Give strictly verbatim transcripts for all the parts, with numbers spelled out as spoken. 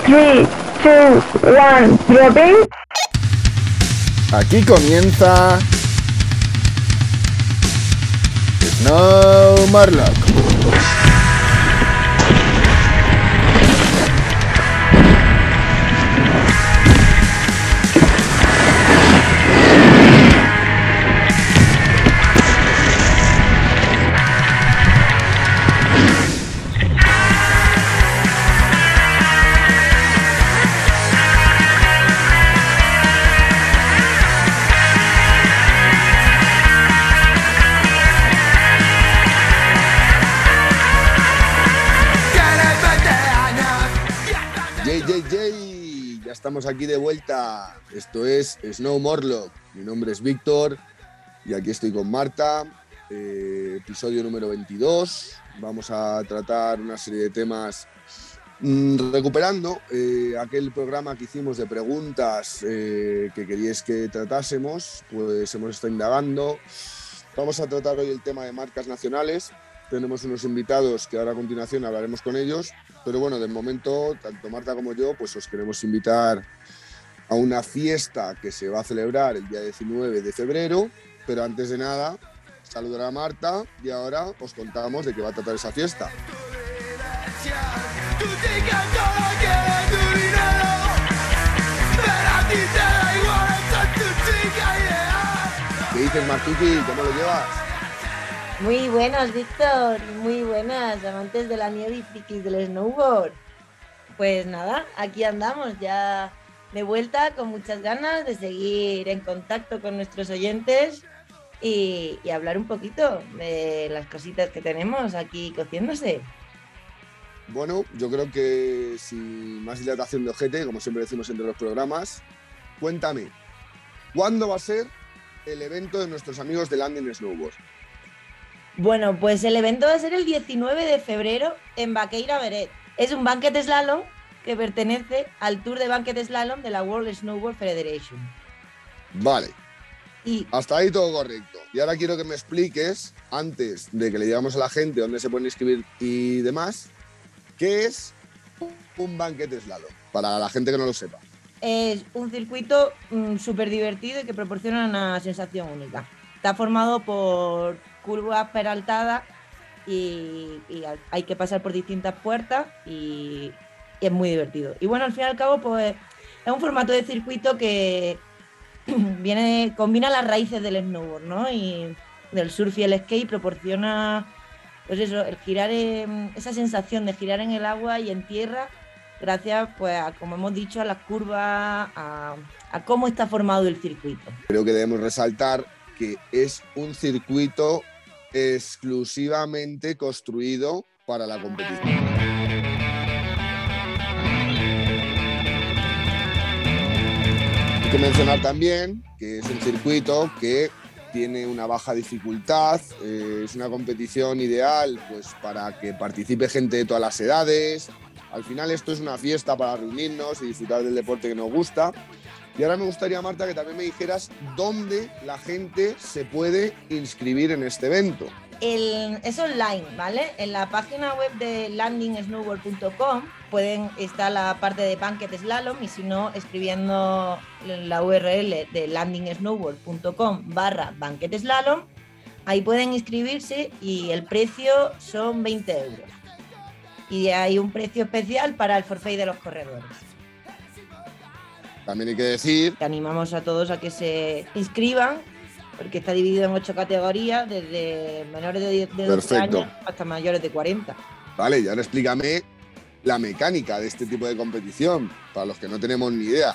tres, dos, uno, dropping. Aquí comienza Snow Morlock. Estamos aquí de vuelta. Esto es Snow Morlock. Mi nombre es Víctor y aquí estoy con Marta. Eh, episodio número veintidós. Vamos a tratar una serie de temas mmm, recuperando eh, aquel programa que hicimos de preguntas eh, que queríais que tratásemos. Pues hemos estado indagando. Vamos a tratar hoy el tema de marcas nacionales. Tenemos unos invitados que ahora a continuación hablaremos con ellos. Pero bueno, de momento, tanto Marta como yo, pues os queremos invitar a una fiesta que se va a celebrar el día diecinueve de febrero. Pero antes de nada, saludar a Marta y ahora os contamos de qué va a tratar esa fiesta. ¿Qué dices, Martuki? ¿Cómo lo llevas? Muy buenas, Víctor, muy buenas, amantes de la nieve y frikis del snowboard. Pues nada, aquí andamos ya de vuelta con muchas ganas de seguir en contacto con nuestros oyentes y, y hablar un poquito de las cositas que tenemos aquí cociéndose. Bueno, yo creo que sin más dilatación de ojete, como siempre decimos entre los programas, cuéntame, ¿cuándo va a ser el evento de nuestros amigos de Landing Snowboard? Bueno, pues el evento va a ser el diecinueve de febrero en Baqueira Beret. Es un banquet slalom que pertenece al Tour de Banquet Slalom de la World Snowboard Federation. Vale. Y hasta ahí todo correcto. Y ahora quiero que me expliques, antes de que le digamos a la gente dónde se pueden inscribir y demás, ¿qué es un banquet slalom? Para la gente que no lo sepa. Es un circuito mmm, súper divertido y que proporciona una sensación única. Está formado por curvas peraltadas y, y hay que pasar por distintas puertas y, y es muy divertido. Y bueno, al fin y al cabo, pues es un formato de circuito que viene, combina las raíces del snowboard, ¿no? Y del surf y el skate, proporciona, pues eso, el girar en, esa sensación de girar en el agua y en tierra, gracias, pues, a, como hemos dicho, a las curvas, a, a cómo está formado el circuito. Creo que debemos resaltar que es un circuito exclusivamente construido para la competición. Hay que mencionar también que es un circuito que tiene una baja dificultad, eh, es una competición ideal pues, para que participe gente de todas las edades. Al final esto es una fiesta para reunirnos y disfrutar del deporte que nos gusta. Y ahora me gustaría, Marta, que también me dijeras dónde la gente se puede inscribir en este evento. El, es online, ¿vale? En la página web de landing snowboard punto com pueden estar la parte de Banquet Slalom y si no, escribiendo la U R L de landing snowboard punto com barra Banquet Slalom, ahí pueden inscribirse y el precio son veinte euros. Y hay un precio especial para el forfait de los corredores. También hay que decir... Te animamos a todos a que se inscriban, porque está dividido en ocho categorías, desde menores de doce años hasta mayores de cuarenta. Vale, y ahora explícame la mecánica de este tipo de competición, para los que no tenemos ni idea.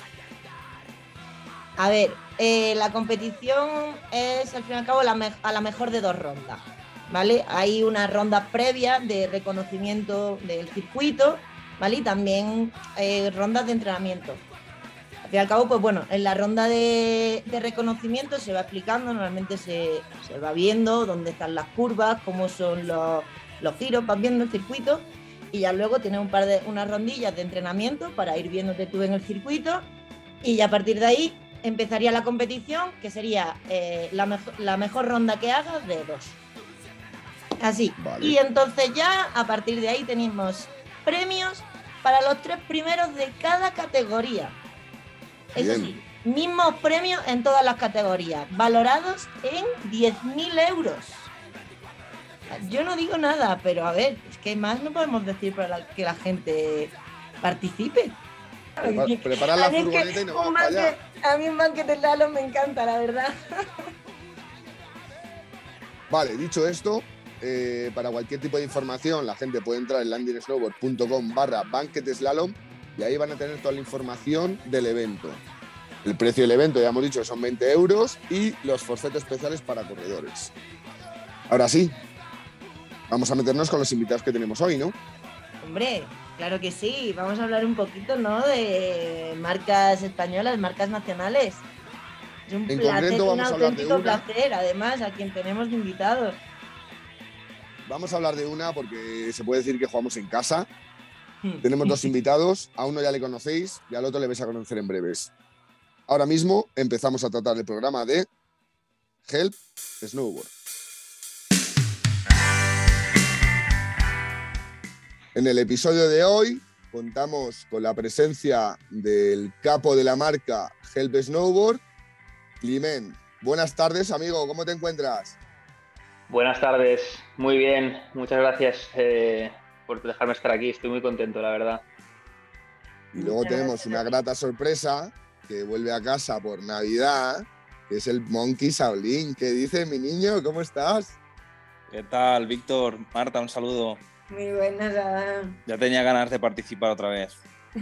A ver, eh, la competición es, al fin y al cabo, la me- a la mejor de dos rondas, ¿vale? Hay unas rondas previas de reconocimiento del circuito, ¿vale? Y también eh, rondas de entrenamiento. Al fin y al cabo, pues bueno, en la ronda de, de reconocimiento se va explicando, normalmente se, se va viendo dónde están las curvas, cómo son los, los giros, vas viendo el circuito y ya luego tienes un par de, unas rondillas de entrenamiento para ir viéndote tú en el circuito y ya a partir de ahí empezaría la competición, que sería eh, la, mejo- la mejor ronda que hagas de dos. Así. Vale. Y entonces ya a partir de ahí tenemos premios para los tres primeros de cada categoría. Eso Bien. sí, mismos premios en todas las categorías, valorados en diez mil euros. Yo no digo nada, pero a ver, es que más no podemos decir para la- que la gente participe. Prepara- Preparad la Así es que furgoneta y nos un vamos para allá. banque- a mí un banquete slalom me encanta, la verdad. Vale, dicho esto, eh, para cualquier tipo de información, la gente puede entrar en landingsnowboard.com barra banqueteslalom y ahí van a tener toda la información del evento. El precio del evento, ya hemos dicho, que son veinte euros y los forfaits especiales para corredores. Ahora sí, vamos a meternos con los invitados que tenemos hoy, ¿no? Hombre, claro que sí. Vamos a hablar un poquito, ¿no? De marcas españolas, marcas nacionales. Es un En placer, concreto, un vamos a hablar de auténtico una. placer, además, a quien tenemos de invitados. Vamos a hablar de una porque se puede decir que jugamos en casa. Hmm. Tenemos dos invitados, a uno ya le conocéis y al otro le vais a conocer en breves. Ahora mismo empezamos a tratar el programa de Help Snowboard. En el episodio de hoy contamos con la presencia del capo de la marca Help Snowboard, Climent. Buenas tardes, amigo, ¿cómo te encuentras? Buenas tardes, muy bien, muchas gracias eh, por dejarme estar aquí, estoy muy contento, la verdad. Y luego Muchas tenemos gracias. una grata sorpresa que vuelve a casa por Navidad, que es el Monkey Shaolin. ¿Qué dice mi niño? ¿Cómo estás? ¿Qué tal, Víctor? Marta, un saludo. Muy buenas, Adam. Ya tenía ganas de participar otra vez.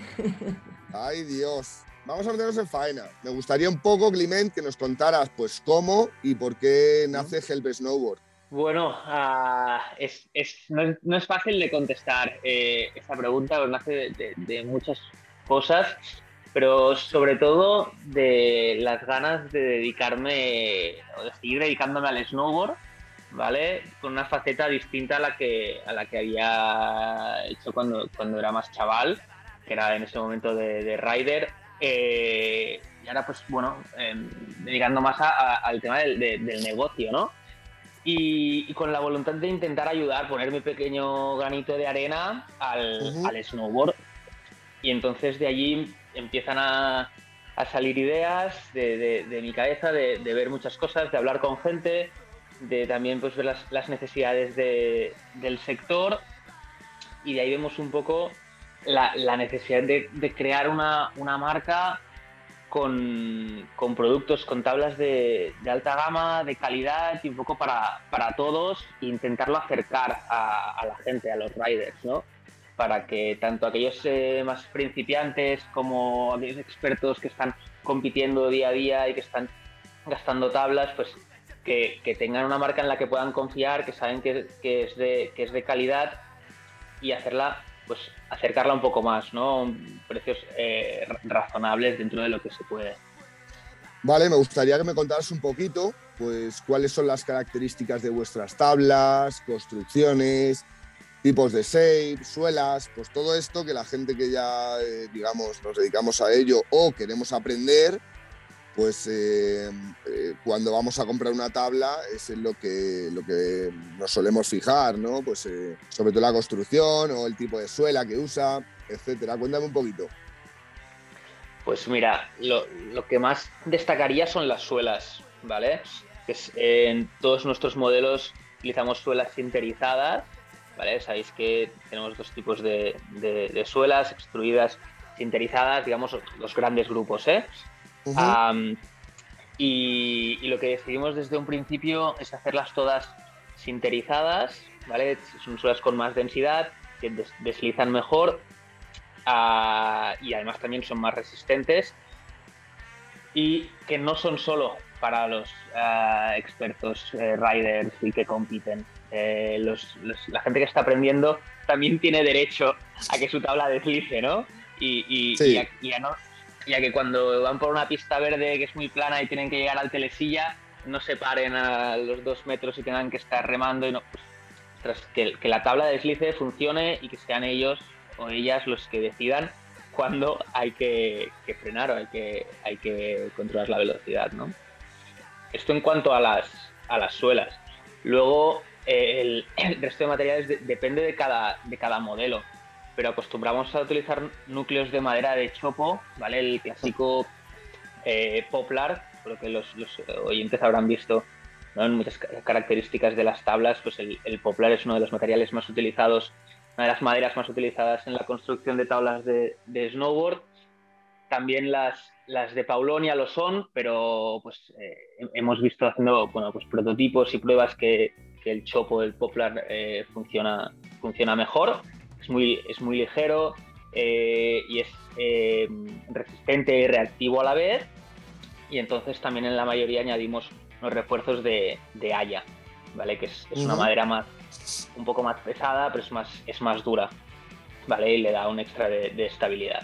Ay, Dios. Vamos a meternos en faena. Me gustaría un poco, Climent, que nos contaras pues cómo y por qué nace Help Snowboard. Bueno, ah, es, es- no, es, no es fácil de contestar eh, esa pregunta, pues nace de, de- de muchas cosas, pero sobre todo de las ganas de dedicarme o de seguir dedicándome al snowboard, ¿vale? Con una faceta distinta a la que, a la que había hecho cuando, cuando era más chaval, que era en ese momento de, de rider. eh, y ahora, pues bueno, eh, dedicando más a- a- al tema del, de- del negocio, ¿no? Y, y con la voluntad de intentar ayudar, poner mi pequeño granito de arena al, Ujú. al snowboard. Y entonces de allí empiezan a, a salir ideas de, de- de mi cabeza, de, de ver muchas cosas, de hablar con gente, de también pues ver las, las necesidades de- del sector. Y de ahí vemos un poco la, la necesidad de, de crear una, una marca con, con productos, con tablas de, de alta gama, de calidad y un poco para, para todos, e intentarlo acercar a, a la gente, a los riders, ¿no? Para que tanto aquellos eh, más principiantes como aquellos expertos que están compitiendo día a día y que están gastando tablas, pues que, que tengan una marca en la que puedan confiar, que saben que, que, es, de, que es de calidad, y hacerla, pues acercarla un poco más, ¿no? Precios eh, razonables dentro de lo que se puede. Vale, me gustaría que me contaras un poquito, pues, cuáles son las características de vuestras tablas, construcciones, tipos de shape, suelas, pues todo esto que la gente que ya, eh, digamos, nos dedicamos a ello o queremos aprender, pues eh, eh, cuando vamos a comprar una tabla es en lo que, lo que nos solemos fijar, ¿no? Pues eh, sobre todo la construcción o el tipo de suela que usa, etcétera. Cuéntame un poquito. Pues mira, lo, lo que más destacaría son las suelas, ¿vale? Que es, en todos nuestros modelos utilizamos suelas sinterizadas, ¿vale? Sabéis que tenemos dos tipos de, de, de suelas, extruidas, sinterizadas, digamos, los grandes grupos, ¿eh? Uh-huh. Um, y, y lo que decidimos desde un principio es hacerlas todas sinterizadas, ¿vale? Son suelas con más densidad, que des- deslizan mejor, uh, y además también son más resistentes, y que no son solo para los uh, expertos eh, riders y que compiten. Eh, los, los, la gente que está aprendiendo también tiene derecho a que su tabla deslice, ¿no? Y, y, Sí. y, a, y a no... ya que cuando van por una pista verde que es muy plana y tienen que llegar al telesilla, no se paren a los dos metros y tengan que estar remando y no, pues, ostras, que, que la tabla de deslice funcione y que sean ellos o ellas los que decidan cuándo hay que, que frenar o hay que, hay que controlar la velocidad, ¿no? Esto en cuanto a las, a las suelas. Luego, eh, el, el resto de materiales de, depende de cada, de cada modelo. pero acostumbramos a utilizar núcleos de madera de chopo, ¿vale? El clásico eh, poplar, por lo que los, los oyentes habrán visto, ¿no? En muchas características de las tablas, pues el, el poplar es uno de los materiales más utilizados, una de las maderas más utilizadas en la construcción de tablas de, de snowboard. También las, las de Paulonia lo son, pero pues eh, hemos visto haciendo bueno, pues, prototipos y pruebas que, que el chopo del poplar eh, funciona, funciona mejor. Es muy, es muy ligero eh, y es eh, resistente y reactivo a la vez. Y entonces también en la mayoría añadimos los refuerzos de, de haya, ¿vale? Que es, es una Uh-huh. madera más, un poco más pesada, pero es más, es más dura, ¿vale? Y le da un extra de, de estabilidad.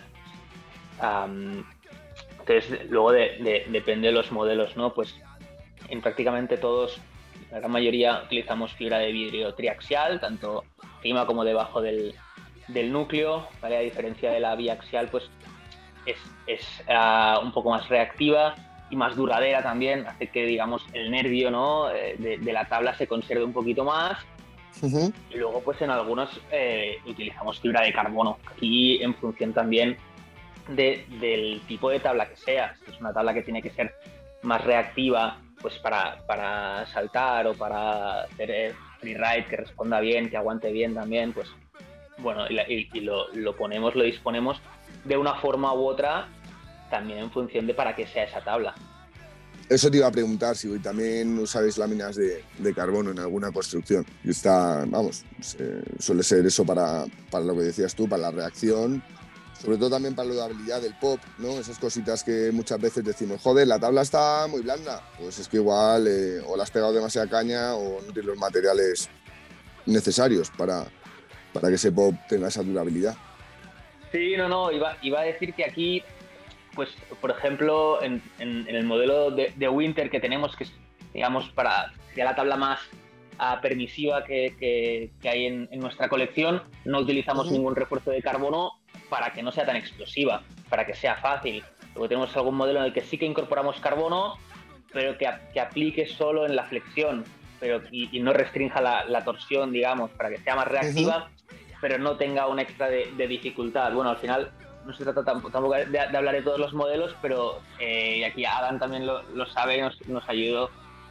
Um, entonces, luego de, de, depende de los modelos, ¿no? Pues en prácticamente todos, la gran mayoría utilizamos fibra de vidrio triaxial, tanto encima como debajo del, del núcleo, ¿vale? A diferencia de la biaxial, pues es, es uh, un poco más reactiva y más duradera también, hace que, digamos, el nervio, ¿no? eh, de, de la tabla se conserve un poquito más. Uh-huh. Y luego, pues en algunos eh, utilizamos fibra de carbono, aquí en función también de, del tipo de tabla que sea. Si es una tabla que tiene que ser más reactiva, pues para, para saltar o para hacer freeride, que responda bien, que aguante bien también, pues bueno, y, la, y, y lo, lo ponemos, lo disponemos de una forma u otra, también en función de para qué sea esa tabla. Eso te iba a preguntar, si hoy también usáis láminas de, de carbono en alguna construcción. Y está, vamos, eh, suele ser eso para, para lo que decías tú, para la reacción, sobre todo también para la durabilidad del pop, ¿no? Esas cositas que muchas veces decimos, joder, la tabla está muy blanda. Pues es que igual eh, o la has pegado demasiada caña o no tienes los materiales necesarios para, para que ese pop tenga esa durabilidad. Sí, no, no, iba, iba a decir que aquí, pues, por ejemplo, en, en, en el modelo de, de Winter que tenemos, que es, digamos, para sería la tabla más uh, permisiva que, que, que hay en, en nuestra colección, no utilizamos uh-huh. ningún refuerzo de carbono para que no sea tan explosiva, para que sea fácil. Luego tenemos algún modelo en el que sí que incorporamos carbono, pero que, que aplique solo en la flexión, pero y, y no restrinja la, la torsión, digamos, para que sea más reactiva, uh-huh. pero no tenga un extra de, de dificultad. Bueno, al final no se trata tampoco, tampoco de, de hablar de todos los modelos, pero eh, y aquí Adam también lo, lo sabe, nos, nos ayudó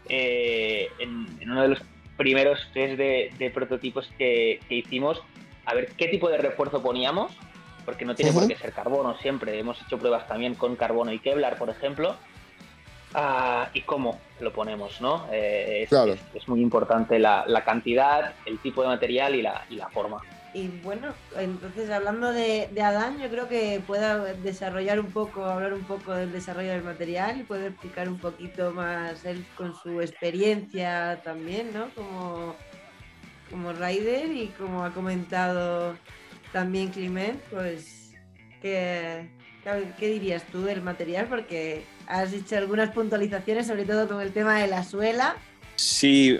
eh, en, en uno de los primeros test de, de prototipos que, que hicimos, a ver qué tipo de refuerzo poníamos, porque no tiene uh-huh. por qué ser carbono siempre. Hemos hecho pruebas también con carbono y Kevlar, por ejemplo, uh, y cómo lo ponemos, ¿no? Eh, es, claro. es, es muy importante la, la cantidad, el tipo de material y la, y la forma. Y bueno, entonces hablando de, de Adán, yo creo que pueda desarrollar un poco, hablar un poco del desarrollo del material y poder explicar un poquito más él con su experiencia también, ¿no? Como, como rider y como ha comentado también Climent, pues ¿qué, ¿qué dirías tú del material? Porque has hecho algunas puntualizaciones, sobre todo con el tema de la suela. Sí.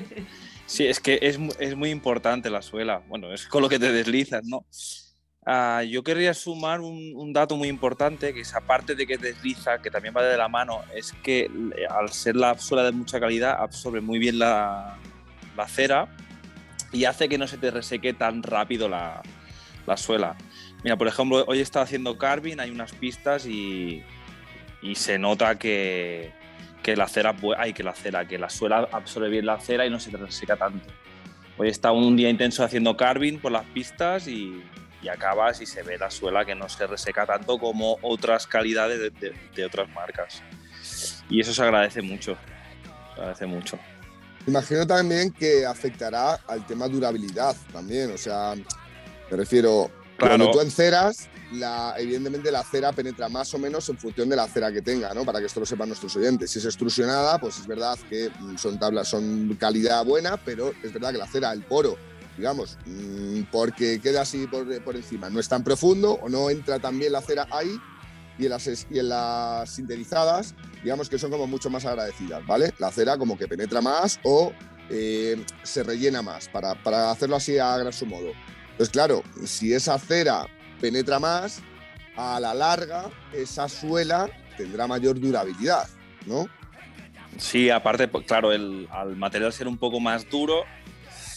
Sí, es que es, es muy importante la suela. Bueno, es con lo que te deslizas, ¿no? Uh, yo querría sumar un, un dato muy importante, que es aparte de que desliza, que también va de la mano, es que al ser la suela de mucha calidad absorbe muy bien la, la cera y hace que no se te reseque tan rápido la, la suela. Mira, por ejemplo, hoy he estado haciendo carving, hay unas pistas y, y se nota que... que la cera, ay, que la cera, que la suela absorbe bien la cera y no se te reseca tanto. Hoy he estado un día intenso haciendo carving por las pistas y, y acabas y se ve la suela que no se reseca tanto como otras calidades de, de, de otras marcas. Y eso se agradece mucho, se agradece mucho. Imagino también que afectará al tema durabilidad también, o sea, me refiero, claro. Cuando tú enceras, la, evidentemente la cera penetra más o menos en función de la cera que tenga, ¿no? Para que esto lo sepan nuestros oyentes. Si es extrusionada, pues es verdad que son tablas, son calidad buena, pero es verdad que la cera, el poro, digamos, porque queda así por, por encima, no es tan profundo o no entra tan bien la cera ahí, y en las, y en las sintetizadas, digamos que son como mucho más agradecidas, ¿vale? La cera como que penetra más o eh, se rellena más, para, para hacerlo así a grosso modo. Entonces, claro, si esa cera penetra más, a la larga esa suela tendrá mayor durabilidad, ¿no? Sí, aparte, pues, claro, el, al material ser un poco más duro,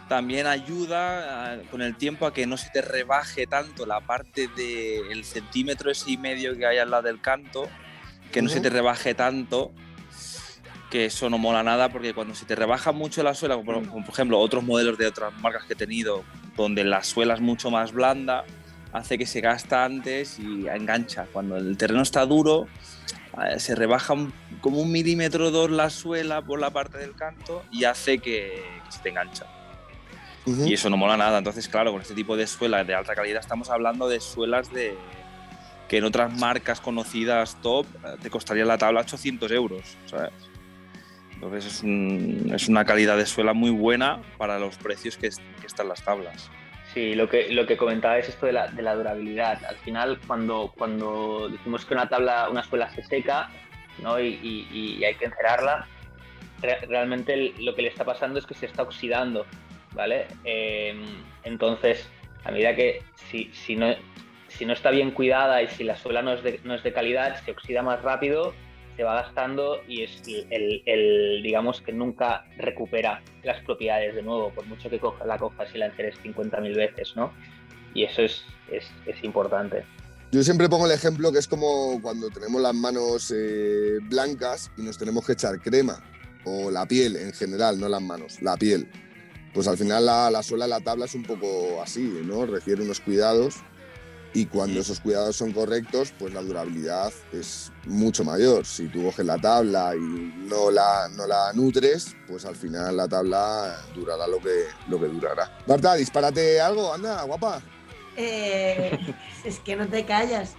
también ayuda a, con el tiempo a que no se te rebaje tanto la parte del centímetro ese y medio que hay al lado del canto, que no uh-huh. se te rebaje tanto, que eso no mola nada, porque cuando se te rebaja mucho la suela, como por, por ejemplo otros modelos de otras marcas que he tenido, donde la suela es mucho más blanda, hace que se gasta antes y engancha. Cuando el terreno está duro, eh, se rebaja un, como un milímetro o dos la suela por la parte del canto y hace que, que se te engancha. Uh-huh. Y eso no mola nada. Entonces, claro, con este tipo de suelas de alta calidad estamos hablando de suelas de que en otras marcas conocidas top te costaría la tabla ochocientos euros, ¿sabes? Entonces es, un, es una calidad de suela muy buena para los precios que, que están las tablas. Sí, lo que, lo que comentaba es esto de la, de la durabilidad. Al final, cuando, cuando decimos que una tabla, una suela se seca, ¿no? y, y, y hay que encerarla, re, realmente lo que le está pasando es que se está oxidando, ¿vale? Eh, entonces, a medida que si, si, no, si no está bien cuidada y si la suela no es de, no es de calidad, se oxida más rápido, se va gastando y es el, el, digamos que nunca recupera las propiedades de nuevo, por mucho que coja, la cojas y la enceres cincuenta mil veces, ¿no? Y eso es, es, es importante. Yo siempre pongo el ejemplo que es como cuando tenemos las manos eh, blancas y nos tenemos que echar crema, o la piel en general, no las manos, la piel. Pues al final la, la suela de la tabla es un poco así, ¿no? Requiere unos cuidados. Y cuando esos cuidados son correctos, pues la durabilidad es mucho mayor. Si tú coges la tabla y no la, no la nutres, pues al final la tabla durará lo que, lo que durará. Marta, dispárate algo, anda, guapa. Eh, es que no te callas.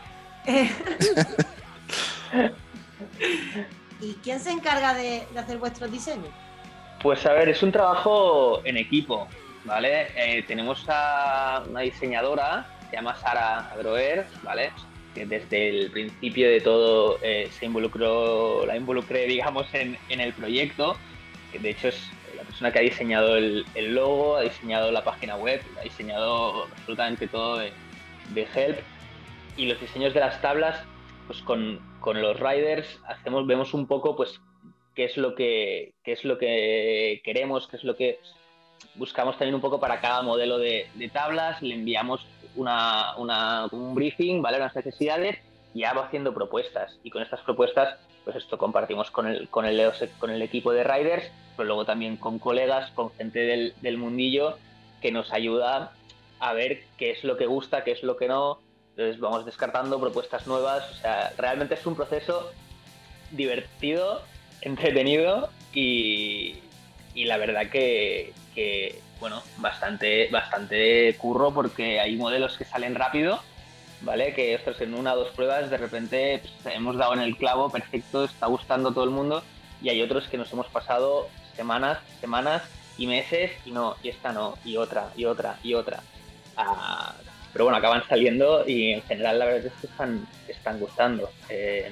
¿Y quién se encarga de, de hacer vuestros diseños? Pues a ver, es un trabajo en equipo, ¿vale? Eh, tenemos a una diseñadora, se llama Sara Adroer, ¿vale? Que desde el principio de todo eh, se involucró, la involucré, digamos, en, en el proyecto, que de hecho es la persona que ha diseñado el, el logo, ha diseñado la página web, ha diseñado absolutamente todo de, de Help, y los diseños de las tablas, pues con, con los riders hacemos, vemos un poco, pues, qué es lo que, qué es lo que queremos, qué es lo que buscamos también un poco para cada modelo de, de tablas, le enviamos una, una, un briefing, ¿vale? Unas necesidades, y ya va haciendo propuestas, y con estas propuestas pues esto compartimos con el, con el, con el equipo de riders, pero luego también con colegas, con gente del, del mundillo que nos ayuda a ver qué es lo que gusta, qué es lo que no. Entonces vamos descartando propuestas nuevas. O sea, realmente es un proceso divertido, entretenido y, y la verdad que, que bueno, bastante, bastante curro, porque hay modelos que salen rápido, ¿vale? Que ostras, en una o dos pruebas de repente pues, hemos dado en el clavo, perfecto, está gustando a todo el mundo, y hay otros que nos hemos pasado semanas, semanas y meses y no, y esta no, y otra, y otra, y otra. Ah, pero bueno, acaban saliendo y en general la verdad es que están, están gustando. Eh,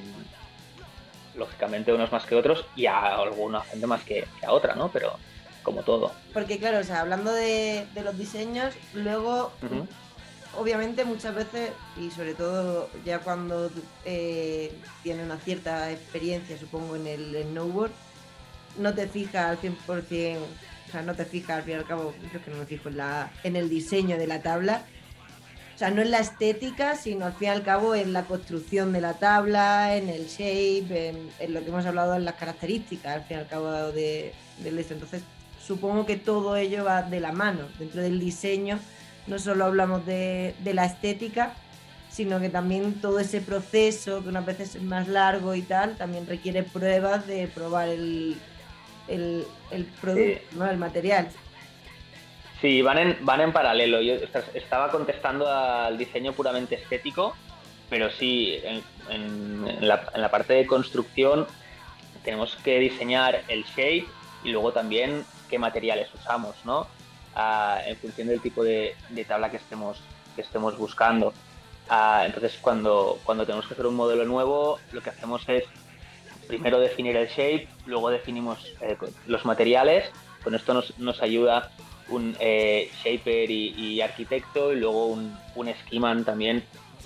lógicamente unos más que otros y a alguna gente más que, que a otra, ¿no? Pero como todo. Porque claro, o sea, hablando de, de los diseños, luego, uh-huh. obviamente muchas veces, y sobre todo ya cuando eh, tiene una cierta experiencia, supongo, en el snowboard, no te fijas al cien por ciento, o sea, no te fijas al fin y al cabo, yo que no me fijo en, la, en el diseño de la tabla. O sea, no en la estética, sino al fin y al cabo en la construcción de la tabla, en el shape, en, en lo que hemos hablado, en las características, al fin y al cabo de, del esto. Entonces, supongo que todo ello va de la mano. Dentro del diseño no solo hablamos de, de la estética, sino que también todo ese proceso, que unas veces es más largo y tal, también requiere pruebas de probar el, el, el producto, sí. ¿no? El material. Sí, van en, van en paralelo. Yo estaba contestando al diseño puramente estético, pero sí, en, en, en, la, en la parte de construcción tenemos que diseñar el shape y luego también qué materiales usamos, ¿no? Uh, en función del tipo de, de tabla que estemos, que estemos buscando. Uh, entonces, cuando, cuando tenemos que hacer un modelo nuevo, lo que hacemos es primero definir el shape, luego definimos eh, los materiales. Con esto nos, nos ayuda un eh, shaper y, y arquitecto, y luego un, un esquiman también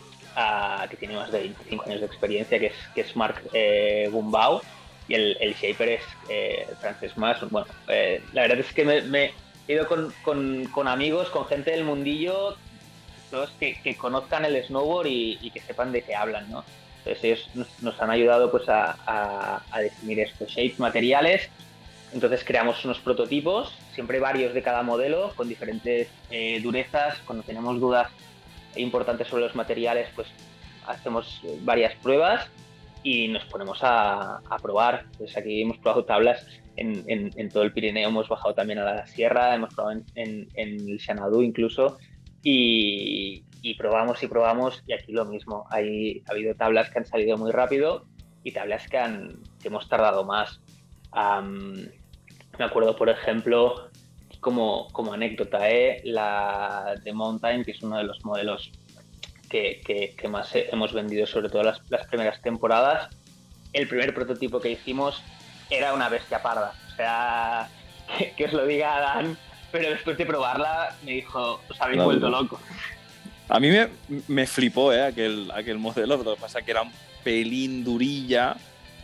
uh, que tiene más de veinticinco años de experiencia, que es, que es Marc eh, Gumbau, y el, el shaper es eh, Francesc Mas. Bueno, eh, la verdad es que me, me, he ido con, con, con amigos, con gente del mundillo, todos que, que conozcan el snowboard y, y que sepan de qué hablan, ¿no? Entonces ellos nos, nos han ayudado pues a, a, a definir estos shapes, materiales. Entonces creamos unos prototipos, siempre varios de cada modelo, con diferentes eh, durezas. Cuando tenemos dudas importantes sobre los materiales, pues hacemos varias pruebas y nos ponemos a, a probar. Entonces aquí hemos probado tablas en, en, en todo el Pirineo, hemos bajado también a la sierra, hemos probado en, en, en el Xanadu incluso, y, y probamos y probamos, y aquí lo mismo. Hay, ha habido tablas que han salido muy rápido y tablas que, han, que hemos tardado más. Um, me acuerdo, por ejemplo, como, como anécdota, ¿eh? La de Mountain, que es uno de los modelos que, que, que más hemos vendido, sobre todo las, las primeras temporadas. El primer prototipo que hicimos era una bestia parda. O sea, que, que os lo diga Dan, pero después de probarla me dijo, os habéis Claro. vuelto locos. A mí me, me flipó eh, aquel, aquel modelo, pero lo que pasa es que era un pelín durilla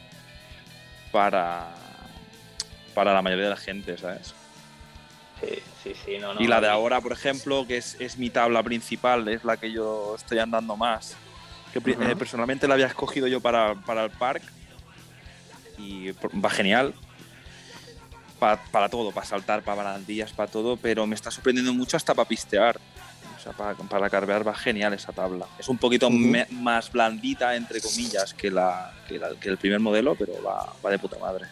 para, para la mayoría de la gente, ¿sabes? Sí, sí, sí, no, no. Y la de ahora, por ejemplo, que es, es mi tabla principal, es la que yo estoy andando más. Que pri- Ujú. eh, personalmente la había escogido yo para, para el park y va genial. Pa- para todo, para saltar, para barandillas, para todo, pero me está sorprendiendo mucho hasta para pistear. O sea, para, para carvear va genial esa tabla. Es un poquito Ujú. me- más blandita, entre comillas, que, la, que, la- que el primer modelo, pero va, va de puta madre.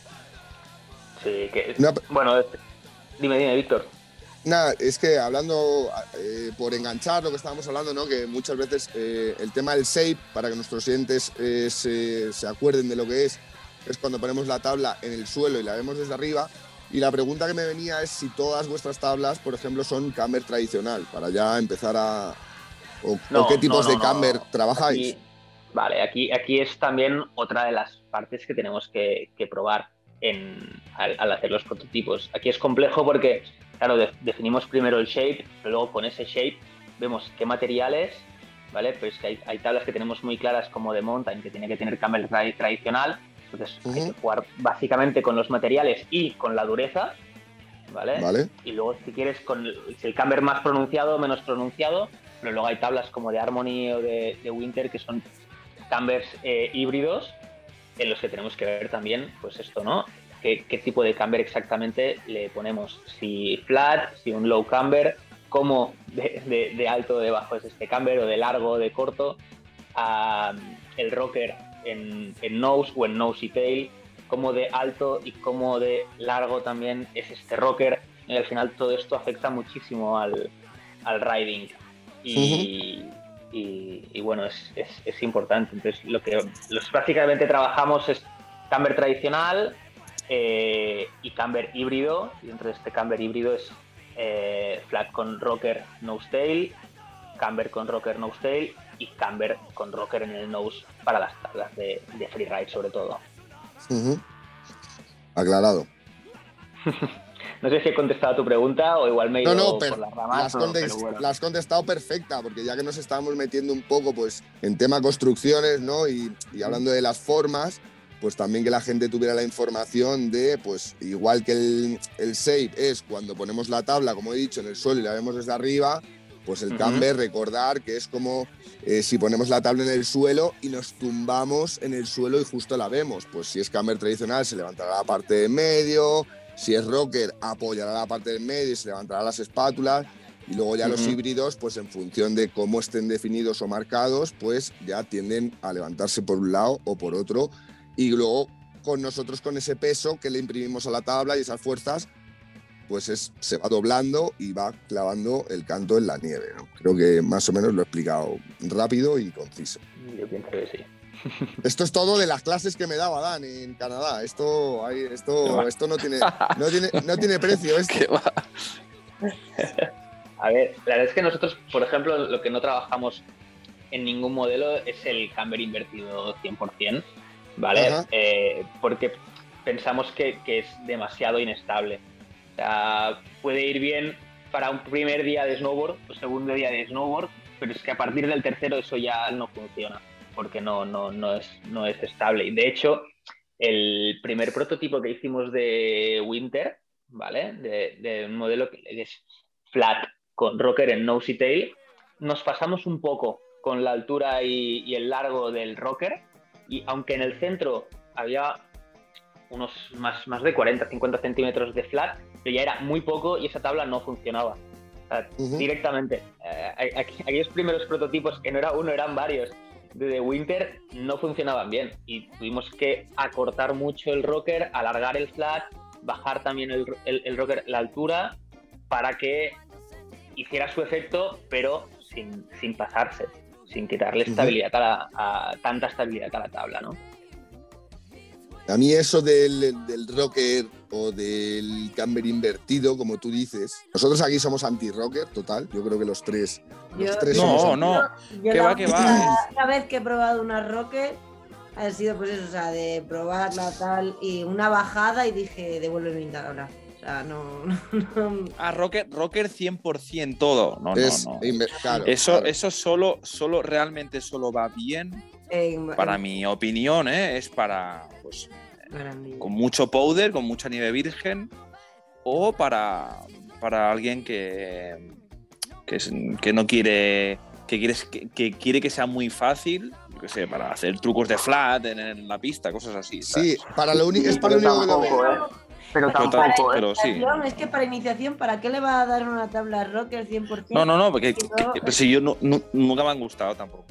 Sí, que... No, Bueno, dime, dime, Víctor. Nada, es que hablando, eh, por enganchar lo que estábamos hablando, ¿no? Que muchas veces eh, el tema del shape, para que nuestros oyentes eh, se, se acuerden de lo que es, es cuando ponemos la tabla en el suelo y la vemos desde arriba. Y la pregunta que me venía es si todas vuestras tablas, por ejemplo, son camber tradicional, para ya empezar a... ¿O, No, o qué tipos no, no, de camber no. trabajáis? Aquí, vale, aquí, aquí es también otra de las partes que tenemos que, que probar en, al, al hacer los prototipos. Aquí es complejo porque, claro, de, definimos primero el shape, pero luego con ese shape vemos qué materiales, ¿vale? Pues que hay, hay tablas que tenemos muy claras como de Mountain, que tiene que tener camber tra- tradicional. Entonces Ujú. hay que jugar básicamente con los materiales y con la dureza, ¿vale? ¿Vale? Y luego si quieres con el, si el camber más pronunciado o menos pronunciado, pero luego hay tablas como de Harmony o de, de Winter que son cambers eh, híbridos en los que tenemos que ver también, pues esto, ¿no? ¿Qué, qué tipo de camber exactamente le ponemos? Si flat, si un low camber, cómo de, de, de alto o de bajo es este camber, o de largo o de corto, um, el rocker en, en nose o en nose y tail, cómo de alto y cómo de largo también es este rocker, y al final todo esto afecta muchísimo al, al riding y, uh-huh. y, y bueno, es, es, es importante. Entonces lo que los básicamente trabajamos es camber tradicional eh, y camber híbrido, y dentro de este camber híbrido es eh, flat con rocker nose tail, camber con rocker nose tail y camber con rocker en el nose para las tablas de, de freeride sobre todo. Uh-huh. Aclarado. No sé si he contestado a tu pregunta o igual me he ido no, no, pero por las ramas. La has, contest- pero bueno. la has contestado perfecta, porque ya que nos estábamos metiendo un poco pues, en tema construcciones, ¿no? Y, y hablando de las formas, pues también que la gente tuviera la información de, pues igual que el, el shape es cuando ponemos la tabla, como he dicho, en el suelo y la vemos desde arriba, pues el uh-huh. camber, recordar que es como eh, si ponemos la tabla en el suelo y nos tumbamos en el suelo y justo la vemos. Pues si es camber tradicional se levantará la parte de medio, si es rocker apoyará la parte del medio y se levantará las espátulas, y luego ya uh-huh. los híbridos, pues en función de cómo estén definidos o marcados, pues ya tienden a levantarse por un lado o por otro, y luego con nosotros con ese peso que le imprimimos a la tabla y esas fuerzas, pues es, se va doblando y va clavando el canto en la nieve, ¿no? Creo que más o menos lo he explicado rápido y conciso. Yo pienso que sí. Esto es todo de las clases que me daba Dan en Canadá. Esto, esto, esto no tiene, no tiene, no tiene precio. Esto. ¿Qué va? A ver, la verdad es que nosotros, por ejemplo, lo que no trabajamos en ningún modelo es el camber invertido cien por ciento, ¿vale? Eh, porque pensamos que, que es demasiado inestable. O sea, puede ir bien para un primer día de snowboard o segundo día de snowboard, pero es que a partir del tercero eso ya no funciona, porque no, no, no, es, no es estable. Y de hecho, el primer prototipo que hicimos de Winter, ¿vale? De, de un modelo que es flat, con rocker en nose y tail. Nos pasamos un poco con la altura y, y el largo del rocker, y aunque en el centro había unos más, más de cuarenta, cincuenta centímetros de flat, pero ya era muy poco y esa tabla no funcionaba. O sea, uh-huh. Directamente. Eh, aquí, aquellos primeros prototipos, que no era uno, eran varios, de The Winter, no funcionaban bien y tuvimos que acortar mucho el rocker, alargar el flat, bajar también el, el, el rocker, la altura, para que hiciera su efecto, pero sin, sin pasarse, sin quitarle estabilidad uh-huh. a, la, a tanta estabilidad a la tabla, ¿no? A mí eso del, del rocker o del camber invertido, como tú dices, nosotros aquí somos anti-rocker, total. Yo creo que los tres, yo, los tres no, somos no, yo que la, va, que va. La vez que he probado una rocker ha sido pues eso, o sea, de probarla tal y una bajada y dije, devuelve mi tabla. O sea, no, no, no. Ah, rocker, rocker cien por ciento todo. No, es, no, no. Inver- claro, eso, claro. eso solo, solo realmente solo va bien. En, para en, mi opinión, ¿eh? Es para, pues, con mucho powder, con mucha nieve virgen, o para, para alguien que, que, que no quiere que, quieres, que, que quiere que sea muy fácil, yo qué sé, para hacer trucos de flat en, en la pista, cosas así. Sí, ¿sabes? para lo único, es para lo único que lo veo. ¿eh? Pero para tampoco, para pero sí. Es que para iniciación, ¿para qué le va a dar una tabla rocker cien por ciento? No, no, no, porque que, que, que, si yo no, no, nunca me han gustado tampoco.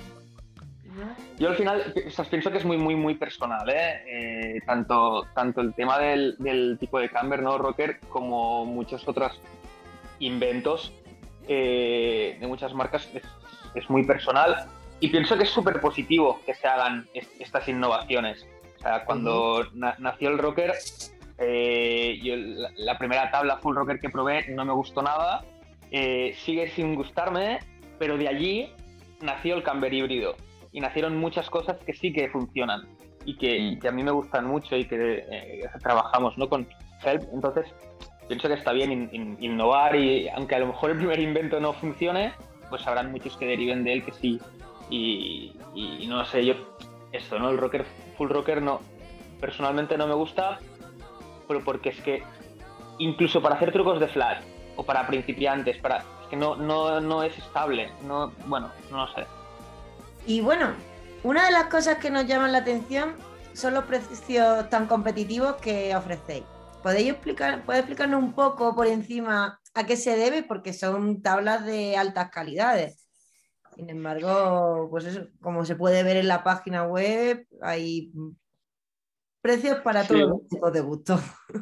Yo al final o sea, pienso que es muy, muy, muy personal, ¿eh? Eh, tanto, tanto el tema del, del tipo de camber, ¿no? Rocker, como muchos otros inventos eh, de muchas marcas, es, es muy personal. Y pienso que es súper positivo que se hagan est- estas innovaciones. O sea, cuando uh-huh. na- nació el rocker, eh, yo, la, la primera tabla full rocker que probé no me gustó nada. Eh, sigue sin gustarme, pero de allí nació el camber híbrido. Y nacieron muchas cosas que sí que funcionan y que, mm. que a mí me gustan mucho y que eh, trabajamos, ¿no? Con Help. Entonces, pienso que está bien in, in, innovar y aunque a lo mejor el primer invento no funcione, pues habrán muchos que deriven de él que sí. Y, y, y no sé, yo, esto, ¿no? El rocker, full rocker, no, personalmente no me gusta, pero porque es que incluso para hacer trucos de flat o para principiantes, para, es que no, no, no es estable, no, bueno, no sé. Y bueno, una de las cosas que nos llaman la atención son los precios tan competitivos que ofrecéis. ¿Podéis explicar, ¿Puedes explicarnos un poco por encima a qué se debe? Porque son tablas de altas calidades. Sin embargo, pues eso, como se puede ver en la página web, hay precios para sí. todos los tipos de gustos.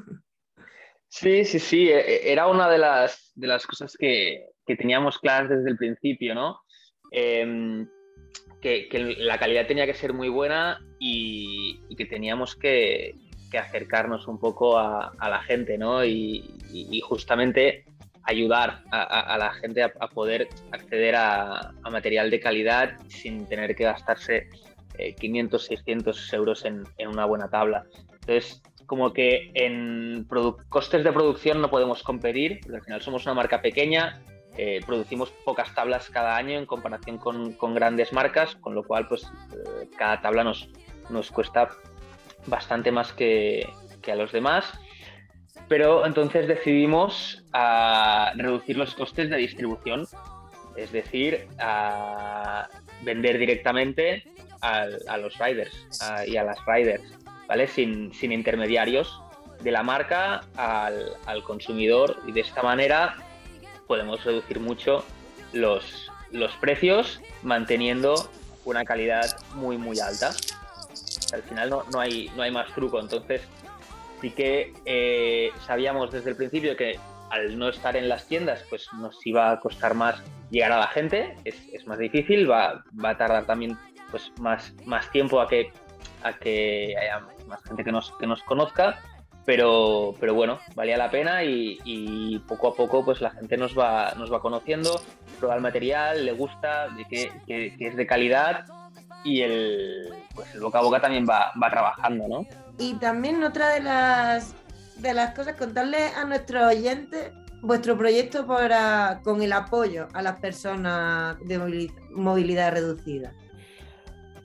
Sí, sí, sí. Era una de las, de las cosas que, que teníamos claras desde el principio, ¿no? Eh, Que, que la calidad tenía que ser muy buena y, y que teníamos que, que acercarnos un poco a, a la gente, ¿no? Y, y, y justamente ayudar a, a, a la gente a, a poder acceder a, a material de calidad sin tener que gastarse eh, quinientos, seiscientos euros en, en una buena tabla. Entonces, como que en produ- costes de producción no podemos competir, porque al final somos una marca pequeña. Eh, producimos pocas tablas cada año en comparación con, con grandes marcas, con lo cual pues eh, cada tabla nos, nos cuesta bastante más que, que a los demás, pero entonces decidimos a reducir los costes de distribución, es decir, a vender directamente a, a los riders a, y a las riders, ¿vale? Sin, sin intermediarios, de la marca al, al consumidor, y de esta manera podemos reducir mucho los, los precios manteniendo una calidad muy muy alta. Al final no, no, hay, no hay más truco. Entonces sí que eh, sabíamos desde el principio que al no estar en las tiendas pues nos iba a costar más llegar a la gente, es, es más difícil, va, va a tardar también pues más, más tiempo a que, a que haya más gente que nos, que nos conozca. Pero, pero bueno, valía la pena y, y poco a poco pues la gente nos va, nos va conociendo, prueba el material, le gusta, de que, que, que es de calidad y el, pues el boca a boca también va, va trabajando, ¿no? Y también otra de las, de las cosas, contarle a nuestros oyentes vuestro proyecto para, con el apoyo a las personas de movilidad, movilidad reducida.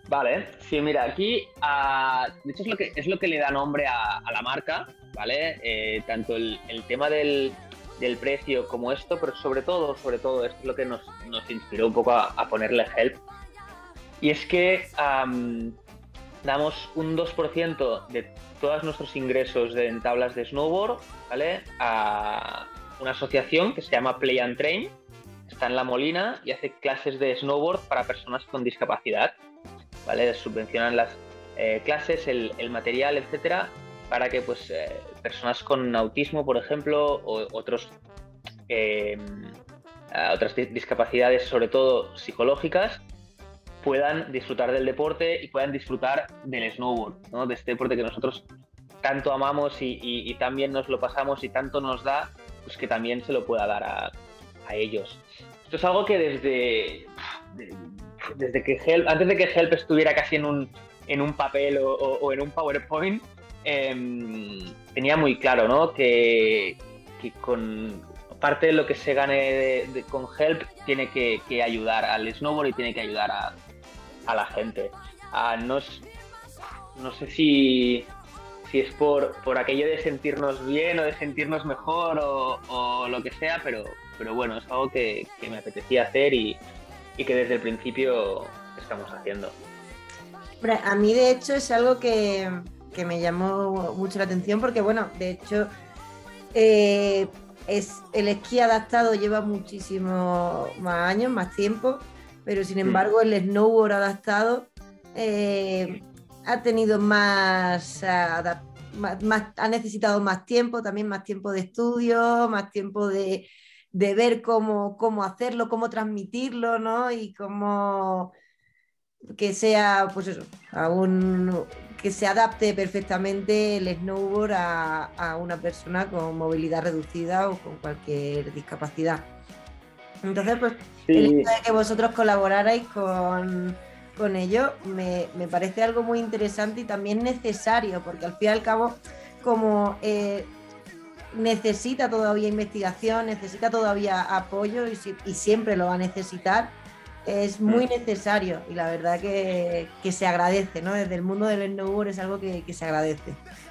Vale, sí, mira, aquí, uh, de hecho es lo que, es lo que le da nombre a, a la marca, ¿vale? Eh, tanto el, el tema del, del precio como esto, pero sobre todo, sobre todo, esto es lo que nos, nos inspiró un poco a, a ponerle Help. Y es que um, damos un dos por ciento de todos nuestros ingresos de, en tablas de snowboard, ¿vale? A una asociación que se llama Play and Train, está en La Molina y hace clases de snowboard para personas con discapacidad, ¿vale? Subvencionan las eh, clases, el, el material, etcétera, para que pues eh, personas con autismo, por ejemplo, o otros, eh, otras discapacidades, sobre todo psicológicas, puedan disfrutar del deporte y puedan disfrutar del snowboard, ¿no? De este deporte que nosotros tanto amamos y, y, y tan bien nos lo pasamos y tanto nos da, pues que también se lo pueda dar a, a ellos. Esto es algo que desde, desde que Help, antes de que Help estuviera casi en un, en un papel o, o, o en un PowerPoint, eh, tenía muy claro, ¿no? Que, que con parte de lo que se gane de, de, con Help tiene que, que ayudar al snowboard y tiene que ayudar a, a la gente. Ah, no, es, no sé si, si es por, por aquello de sentirnos bien o de sentirnos mejor o, o lo que sea, pero, pero bueno, es algo que, que me apetecía hacer y, y que desde el principio estamos haciendo. A mí de hecho es algo que, que me llamó mucho la atención porque bueno, de hecho eh, es, el esquí adaptado lleva muchísimo más años, más tiempo, pero sin embargo el snowboard adaptado eh, ha tenido más, más, más, ha necesitado más tiempo, también más tiempo de estudio, más tiempo de, de ver cómo, cómo hacerlo, cómo transmitirlo, ¿no? Y cómo que sea, pues eso, a un, que se adapte perfectamente el snowboard a, a una persona con movilidad reducida o con cualquier discapacidad. Entonces, pues, sí. El hecho de que vosotros colaborarais con, con ello me, me parece algo muy interesante y también necesario, porque al fin y al cabo, como eh, necesita todavía investigación, necesita todavía apoyo y, y siempre lo va a necesitar, es muy necesario y la verdad que, que se agradece, ¿no? Desde el mundo del snowboard es algo que, que se agradece.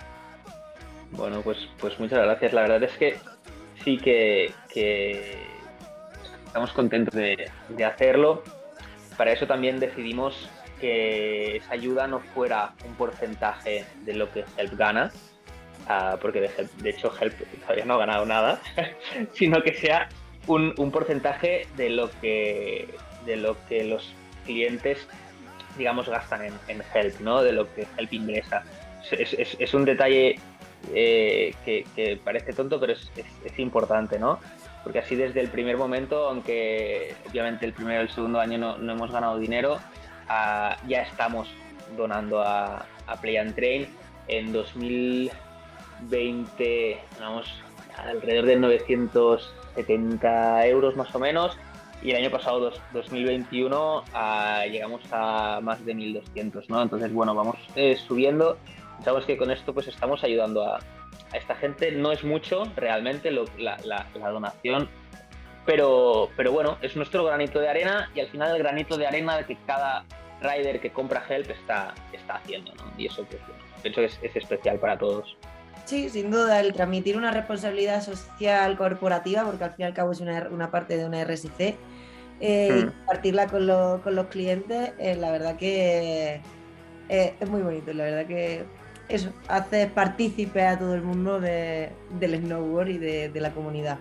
Bueno, pues, pues muchas gracias. La verdad es que sí que, que estamos contentos de, de hacerlo. Para eso también decidimos que esa ayuda no fuera un porcentaje de lo que Help gana, uh, porque de, Help, de hecho Help todavía no ha ganado nada, sino que sea un, un porcentaje de lo que de lo que los clientes, digamos, gastan en, en Help, ¿no? De lo que Help ingresa. Es, es, es un detalle eh, que, que parece tonto, pero es, es, es importante, ¿no? Porque así desde el primer momento, aunque obviamente el primero y el segundo año no, no hemos ganado dinero, uh, ya estamos donando a, a Play and Train. En dos mil veinte, vamos, alrededor de novecientos setenta euros más o menos, y el año pasado, dos, dos mil veintiuno, uh, llegamos a más de mil doscientos, ¿no? Entonces, bueno, vamos eh, subiendo. Sabemos que con esto pues estamos ayudando a, a esta gente. No es mucho realmente lo, la, la, la donación, pero, pero bueno, es nuestro granito de arena y al final el granito de arena que cada rider que compra Help está, está haciendo, ¿no? Y eso pues, bueno, pienso que es, es especial para todos. Sí, sin duda, el transmitir una responsabilidad social corporativa, porque al fin y al cabo es una, una parte de una R S C, eh, hmm. y compartirla con, lo, con los clientes, eh, la verdad que eh, es muy bonito, la verdad que eso, hace partícipe a todo el mundo de, del snowboard y de, de la comunidad.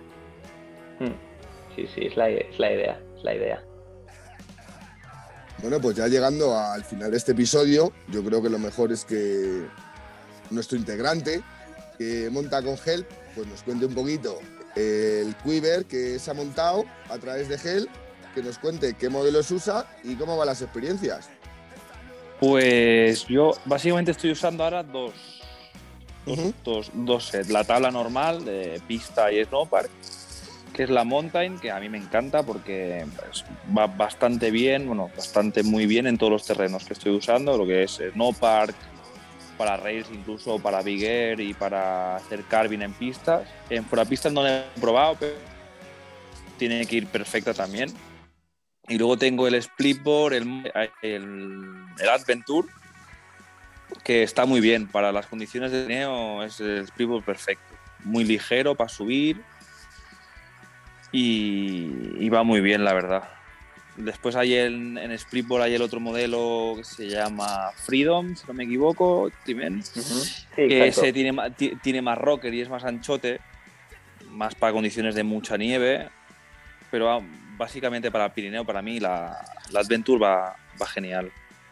Sí, sí, es la, es la idea, es la idea. Bueno, pues ya llegando al final de este episodio, yo creo que lo mejor es que nuestro integrante que monta con Help, pues nos cuente un poquito el Quiver que se ha montado a través de Help, que nos cuente qué modelos usa y cómo van las experiencias. Pues yo básicamente estoy usando ahora dos, dos, uh-huh. dos, dos sets. La tabla normal de pista y snowpark, que es la Mountain, que a mí me encanta porque pues, va bastante bien, bueno, bastante muy bien en todos los terrenos que estoy usando, lo que es snowpark, para rails incluso, para big air y para hacer carving en pistas. En fuera pistas no la he probado, pero tiene que ir perfecta también. Y luego tengo el Splitboard, el, el, el Adventure, que está muy bien. Para las condiciones de trineo es el Splitboard perfecto. Muy ligero para subir y, y va muy bien, la verdad. Después hay el, en Splitboard hay el otro modelo que se llama Freedom, si no me equivoco, Timen, uh-huh. sí, que ese tiene, tiene más rocker y es más anchote, más para condiciones de mucha nieve, pero básicamente para el Pirineo, para mí, la, la Adventure va, va genial.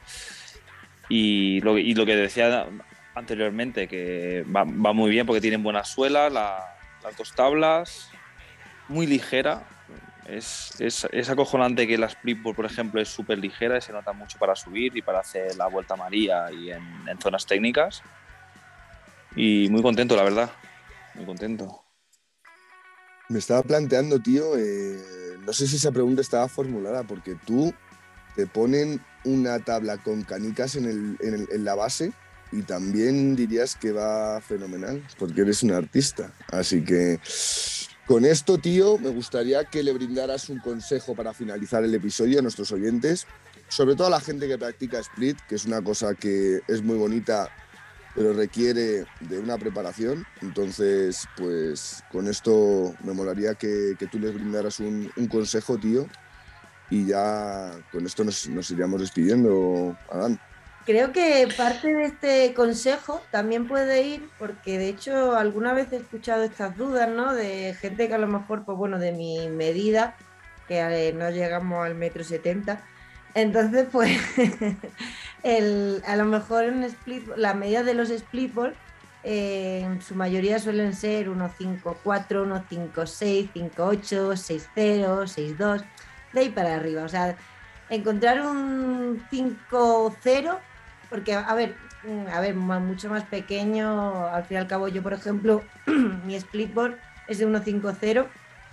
Y lo, y lo que decía anteriormente, que va, va muy bien porque tienen buenas suelas, la, las dos tablas, muy ligera. Es, es, es acojonante que la Splitboard, por ejemplo, es súper ligera y se nota mucho para subir y para hacer la Vuelta a María y en, en zonas técnicas. Y muy contento, la verdad. Muy contento. Me estaba planteando, tío, eh, no sé si esa pregunta estaba formulada, porque tú te ponen una tabla con canicas en, el, en, el, en la base y también dirías que va fenomenal, porque eres un artista. Así que con esto, tío, me gustaría que le brindaras un consejo para finalizar el episodio a nuestros oyentes, sobre todo a la gente que practica split, que es una cosa que es muy bonita, pero requiere de una preparación. Entonces, pues con esto me molaría que, que tú les brindaras un, un consejo, tío, y ya con esto nos, nos iríamos despidiendo, Adán. Creo que parte de este consejo también puede ir, porque de hecho alguna vez he escuchado estas dudas, ¿no? De gente que a lo mejor, pues bueno, de mi medida, que eh, no llegamos al metro setenta, entonces pues el, a lo mejor en split, las medidas de los splitboard eh, en su mayoría suelen ser uno cinco cuatro, uno cinco seis, cinco ocho, seis cero, seis dos, de ahí para arriba, o sea, encontrar un cinco cero, porque, a ver, a ver, mucho más pequeño, al fin y al cabo yo, por ejemplo, mi splitboard es de uno cinco cero,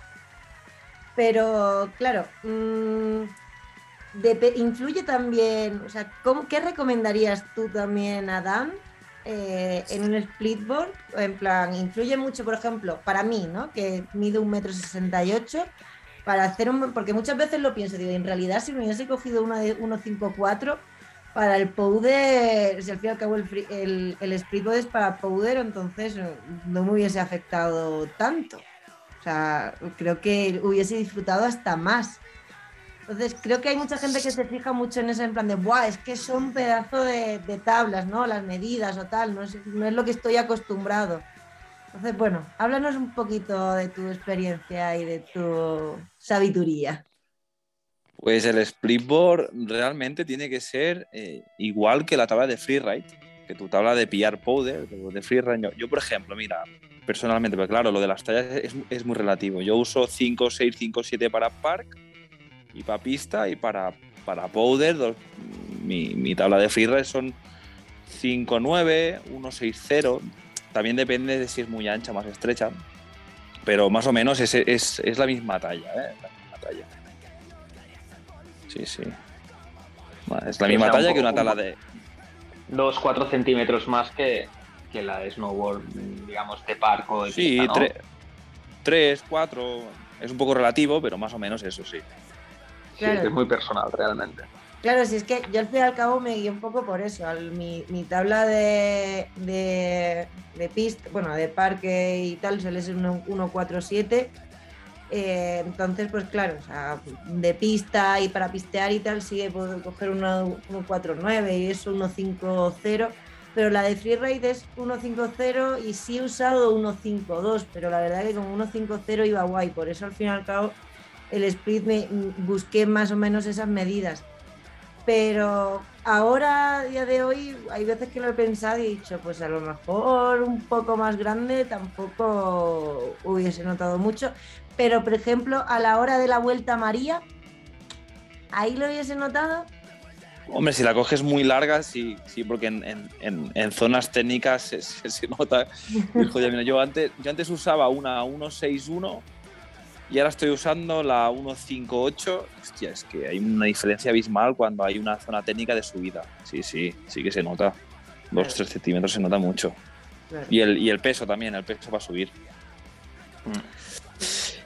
pero, claro, mmm, de, influye también, o sea, ¿cómo, ¿qué recomendarías tú también, Adán, eh, en un splitboard? En plan, influye mucho, por ejemplo, para mí, ¿no?, que mido un metro sesenta y ocho, para hacer un, porque muchas veces lo pienso, digo, en realidad si me hubiese cogido una de uno cinco cuatro para el powder, si al fin y al cabo el, el, el splitboard es para powder, entonces no me hubiese afectado tanto, o sea, creo que hubiese disfrutado hasta más. Entonces creo que hay mucha gente que se fija mucho en eso, en plan de, ¡buah! Es que son pedazos de, de tablas, ¿no? Las medidas o tal, no es, no es lo que estoy acostumbrado. Entonces, bueno, háblanos un poquito de tu experiencia y de tu sabiduría. Pues el splitboard realmente tiene que ser eh, igual que la tabla de freeride, que tu tabla de pillar powder, de freeride. Yo, yo, por ejemplo, mira, personalmente, pero claro, lo de las tallas es, es muy relativo. Yo uso cinco seis, cinco siete para park y para pista, y para, para powder, dos, mi, mi tabla de freeride son cinco nueve, uno seis cero. También depende de si es muy ancha o más estrecha, pero más o menos es, es, es la misma talla, ¿eh? La misma talla. Sí, sí. Bueno, es la misma o sea, talla poco, que una tabla de... Dos, cuatro centímetros más que, que la de snowboard, digamos, de park o de sí, pista, ¿no? tre- tres, cuatro... Es un poco relativo, pero más o menos eso, sí. Claro. Sí, es muy personal, realmente. Claro, si es que yo al fin y al cabo me guié un poco por eso. Al, mi, mi tabla de, de, de pista, bueno, de parque y tal, suele ser uno cuatro siete. Eh, entonces, pues claro, o sea, de pista y para pistear y tal, sí puedo coger uno cuatro nueve y eso uno cinco cero, pero la de freeride es uno cinco cero y sí he usado uno cinco dos, pero la verdad que con uno cinco cero iba guay, por eso al fin y al cabo el split me busqué más o menos esas medidas. Pero ahora, a día de hoy, hay veces que lo he pensado y he dicho, pues a lo mejor un poco más grande tampoco hubiese notado mucho. Pero, por ejemplo, a la hora de la Vuelta a María, ¿ahí lo hubiese notado? Hombre, si la coges muy larga, sí, sí, porque en, en, en zonas técnicas se, se, se nota. Joder, mira, yo, antes, yo antes usaba una uno seis uno y ahora estoy usando la uno cinco ocho. Hostia, es que hay una diferencia abismal cuando hay una zona técnica de subida. Sí, sí, sí que se nota. Dos, claro. tres centímetros se nota mucho. Claro. Y, el, y el peso también, el peso va a subir.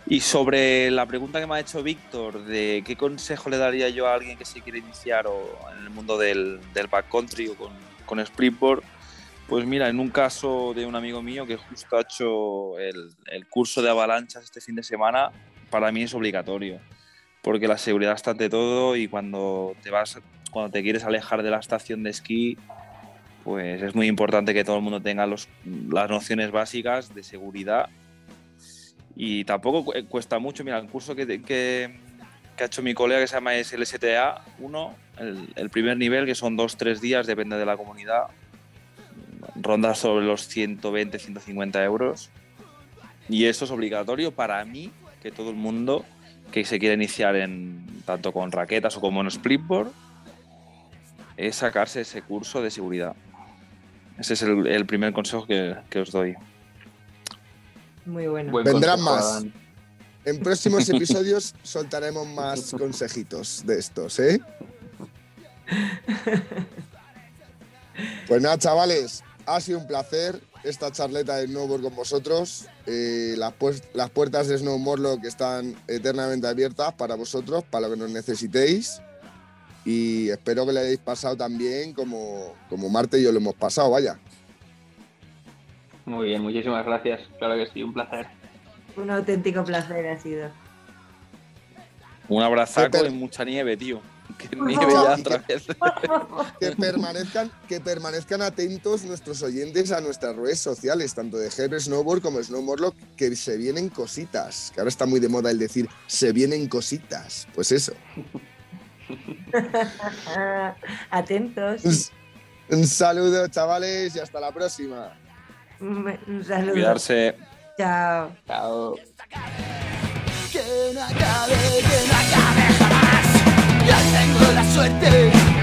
Y sobre la pregunta que me ha hecho Víctor de qué consejo le daría yo a alguien que se quiere iniciar o en el mundo del, del backcountry o con, con Splitboard, pues mira, en un caso de un amigo mío que justo ha hecho el, el curso de avalanchas este fin de semana, para mí es obligatorio, porque la seguridad está ante todo y cuando te vas, cuando te quieres alejar de la estación de esquí, pues es muy importante que todo el mundo tenga los, las nociones básicas de seguridad. Y tampoco cuesta mucho. Mira, el curso que, que, que ha hecho mi colega, que se llama es el S T A uno, el, el primer nivel, que son dos, tres días, depende de la comunidad, ronda sobre los ciento veinte, ciento cincuenta euros. Y eso es obligatorio para mí, que todo el mundo que se quiera iniciar en tanto con raquetas o como en splitboard, es sacarse ese curso de seguridad. Ese es el, el primer consejo que, que os doy. Muy bueno. Buen Vendrán consejo, más. Adán. En próximos episodios soltaremos más consejitos de estos, ¿eh? Pues nada, chavales, ha sido un placer esta charleta de snowboard con vosotros. Eh, las, pues, las puertas de Snow Morlock están eternamente abiertas para vosotros, para lo que nos necesitéis. Y espero que le hayáis pasado tan bien como, como Marta y yo lo hemos pasado, vaya. Muy bien, muchísimas gracias. Claro que sí, un placer. Un auténtico placer ha sido. Un abrazaco Pepe. y mucha nieve, tío. Que nieve ya otra vez. Que permanezcan, que permanezcan atentos nuestros oyentes a nuestras redes sociales, tanto de Herb Snowboard como Snow Morlock, que se vienen cositas. Que ahora está muy de moda el decir se vienen cositas. Pues eso. Atentos. Un saludo, chavales, y hasta la próxima. Un saludo. Cuidarse. Chao. Chao. Que no acabe, que no acabe jamás. Yo tengo la suerte